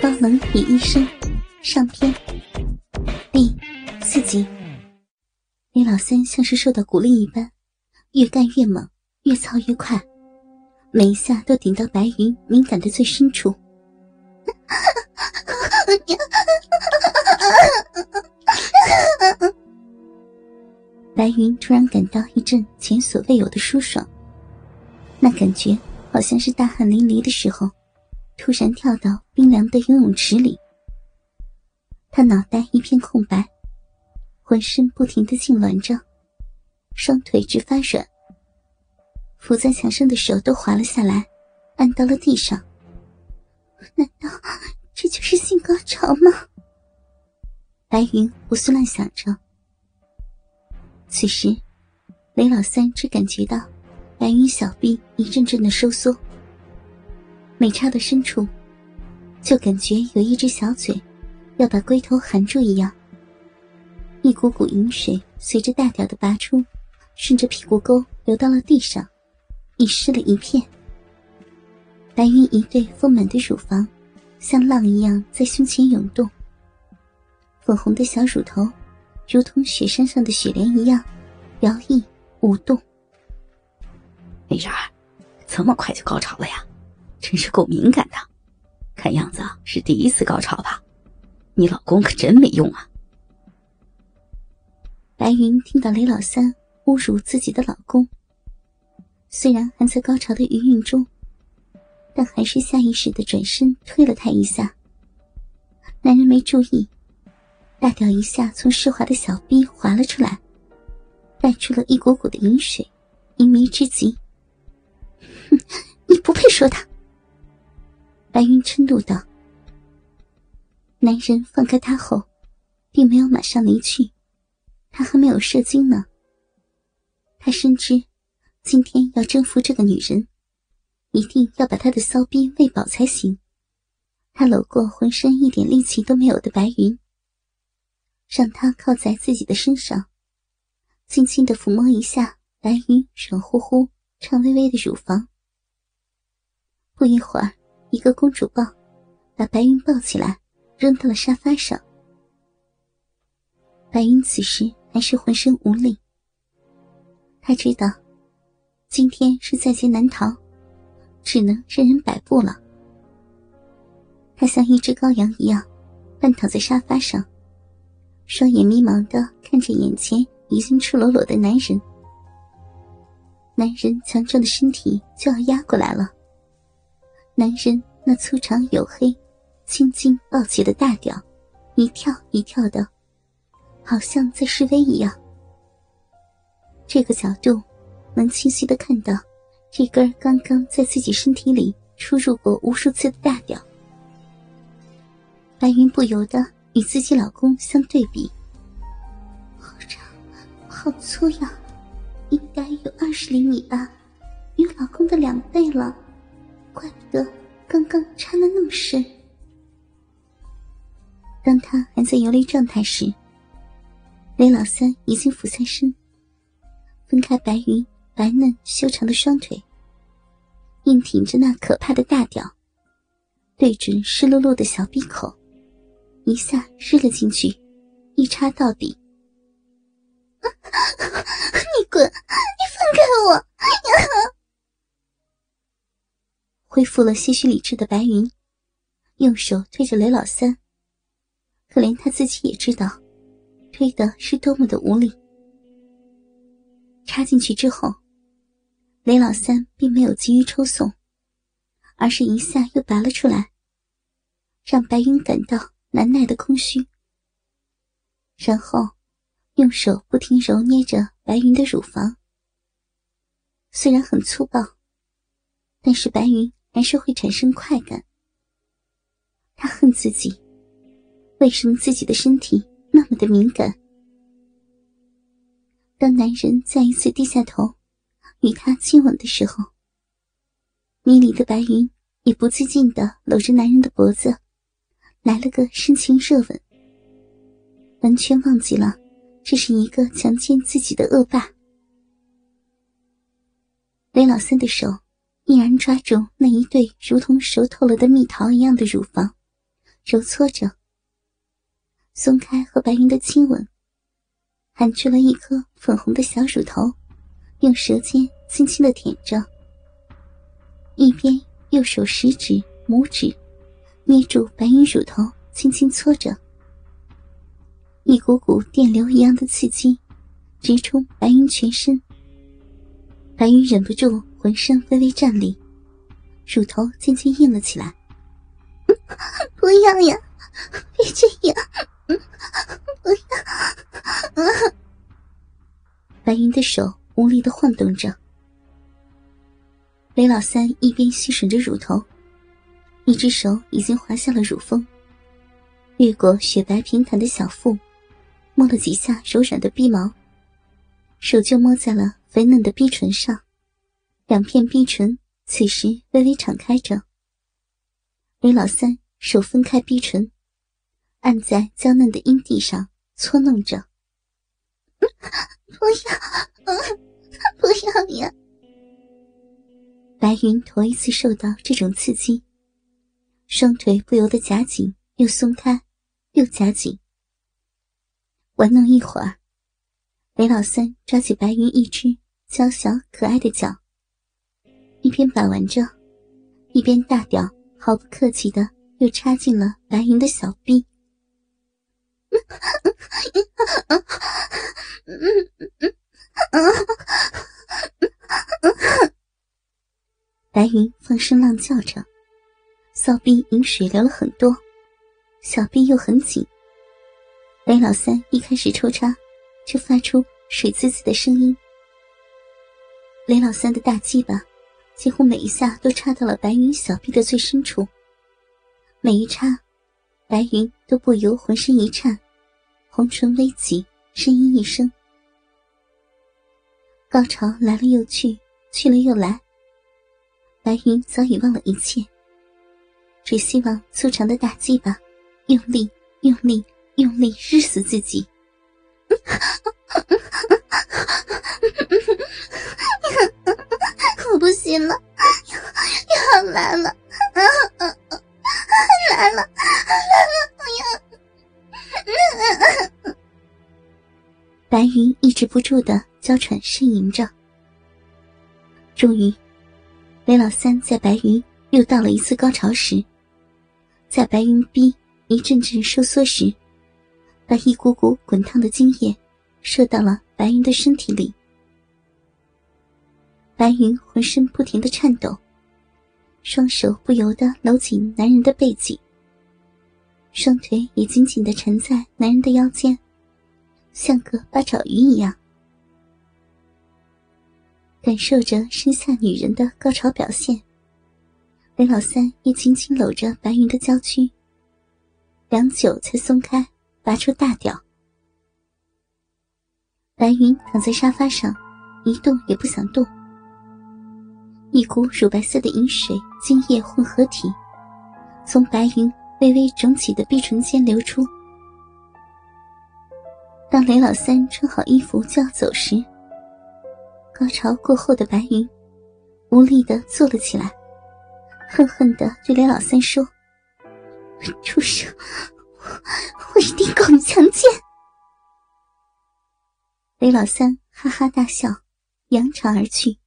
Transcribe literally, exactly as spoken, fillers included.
高冷女医生上篇第四集。李老三像是受到鼓励一般，越干越猛，越操越快，每一下都顶到白云敏感的最深处。白云突然感到一阵前所未有的舒爽，那感觉好像是大汗淋漓的时候突然跳到冰凉的游泳池里。他脑袋一片空白，浑身不停地痉挛着，双腿直发软，扶在墙上的手都滑了下来，按到了地上。难道这就是性高潮吗？白云胡思乱想着。此时雷老三只感觉到白云小臂一阵阵的收缩，每插到深处就感觉有一只小嘴要把龟头含住一样，一股股饮水随着大屌的拔出，顺着屁股沟流到了地上，已湿了一片。白云一对丰满的乳房像浪一样在胸前涌动，粉红的小乳头如同雪山上的雪莲一样摇曳舞动。 美人儿，这么快就高潮了呀，真是够敏感的，看样子是第一次高潮吧，你老公可真没用啊。 白云听到雷老三侮辱自己的老公，虽然还在高潮的余韵中，但还是下意识地转身推了他一下。男人没注意，大屌一下从湿滑的小臂滑了出来，带出了一股股的饮水，淫靡之极。哼，你不配说他！白云嗔怒道。男人放开他后并没有马上离去，他还没有射精呢。他深知今天要征服这个女人，一定要把她的骚逼喂饱才行。他搂过浑身一点力气都没有的白云，让她靠在自己的身上，轻轻地抚摸一下白云软乎乎颤巍巍的乳房。不一会儿，一个公主抱把白云抱起来扔到了沙发上。白云此时还是浑身无力，他知道今天是在劫难逃，只能任人摆布了。他像一只羔羊一样半躺在沙发上，双眼迷茫地看着眼前已经赤裸裸的男人。男人强壮的身体就要压过来了，男人那粗长黝黑青筋暴起的大屌一跳一跳的，好像在示威一样。这个角度能清晰地看到这根刚刚在自己身体里出入过无数次的大屌。白云不由得与自己老公相对比，好长好粗呀，应该有二十厘米吧，有老公的两倍了，怪不得刚刚插得那么深。当他还在游离状态时，雷老三已经俯下身，分开白云白嫩修长的双腿，硬挺着那可怕的大屌，对准湿漉漉的小闭口，一下日了进去，一插到底。你滚，你放开我！恢复了些许理智的白云用手推着雷老三，可连他自己也知道推的是多么的无力。插进去之后，雷老三并没有急于抽送，而是一下又拔了出来，让白云感到难耐的空虚，然后用手不停揉捏着白云的乳房。虽然很粗暴，但是白云还是会产生快感。他恨自己，为什么自己的身体那么的敏感。当男人再一次低下头与他亲吻的时候，迷离的白云也不自禁地搂着男人的脖子来了个深情热吻，完全忘记了这是一个强奸自己的恶霸。雷老三的手依然抓住那一对如同熟透了的蜜桃一样的乳房， 揉搓着，松开和白云的亲吻，含住了一颗粉红的小乳头，用舌尖轻轻地舔着，一边右手食指、拇指捏住白云乳头，轻轻搓着。一股股电流一样的刺激直冲白云全身，白云忍不住浑身微微颤栗，乳头渐渐硬了起来。不要呀，别这样，不要。白云的手无力地晃动着。雷老三一边吸吮着乳头，一只手已经滑下了乳峰，越过雪白平坦的小腹，摸了几下柔软的逼毛，手就摸在了肥嫩的逼唇上，两片逼唇此时微微敞开着。雷老三手分开逼唇，按在娇嫩的阴蒂上搓弄着。不要，不要呀！白云头一次受到这种刺激，双腿不由得夹紧，又松开，又夹紧。玩弄一会儿，雷老三抓起白云一只娇小可爱的脚，一边把玩着，一边大屌毫不客气地又插进了白云的小臂。白云放声浪叫着，骚逼饮水流了很多，小臂又很紧。雷老三一开始抽插就发出水滋滋的声音。雷老三的大鸡巴几乎每一下都插到了白云小臂的最深处，每一插白云都不由浑身一颤，红唇微挤，呻吟一声。高潮来了又去，去了又来，白云早已忘了一切，只希望粗长的大鸡巴用力用力用力日死自己。我不行了，要来了，来了，来了，我要。白云抑制不住的娇喘呻吟着。终于，雷老三在白云又到了一次高潮时，在白云逼一阵阵收缩时，把一股股滚烫的精液射到了白云的身体里。白云浑身不停地颤抖，双手不由得搂紧男人的背脊，双腿也紧紧地缠在男人的腰间，像个八爪鱼一样。感受着身下女人的高潮表现，雷老三也紧紧搂着白云的娇躯，良久才松开，拔出大屌。白云躺在沙发上，一动也不想动。一股乳白色的饮水精液混合体从白云微微肿起的碧唇间流出。当雷老三穿好衣服就要走时，高潮过后的白云无力地坐了起来，恨恨地对雷老三说：畜生，我我一定告你强奸。雷老三哈哈大笑，扬长而去。